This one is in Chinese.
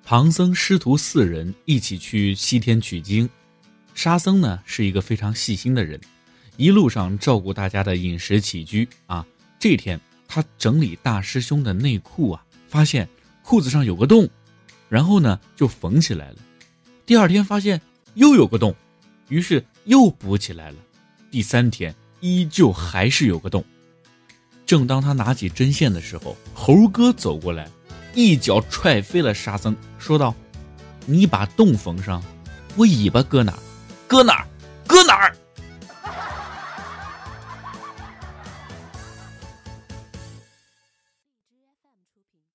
唐僧师徒4人一起去西天取经。沙僧呢是一个非常细心的人，一路上照顾大家的饮食起居啊。这天他整理大师兄的内裤啊，发现裤子上有个洞，然后呢就缝起来了。第2天发现又有个洞，于是又补起来了。第3天依旧还是有个洞。正当他拿起针线的时候，猴哥走过来，一脚踹飞了沙僧，说道：“你把洞缝上，我尾巴搁哪儿？搁哪儿？搁哪儿？”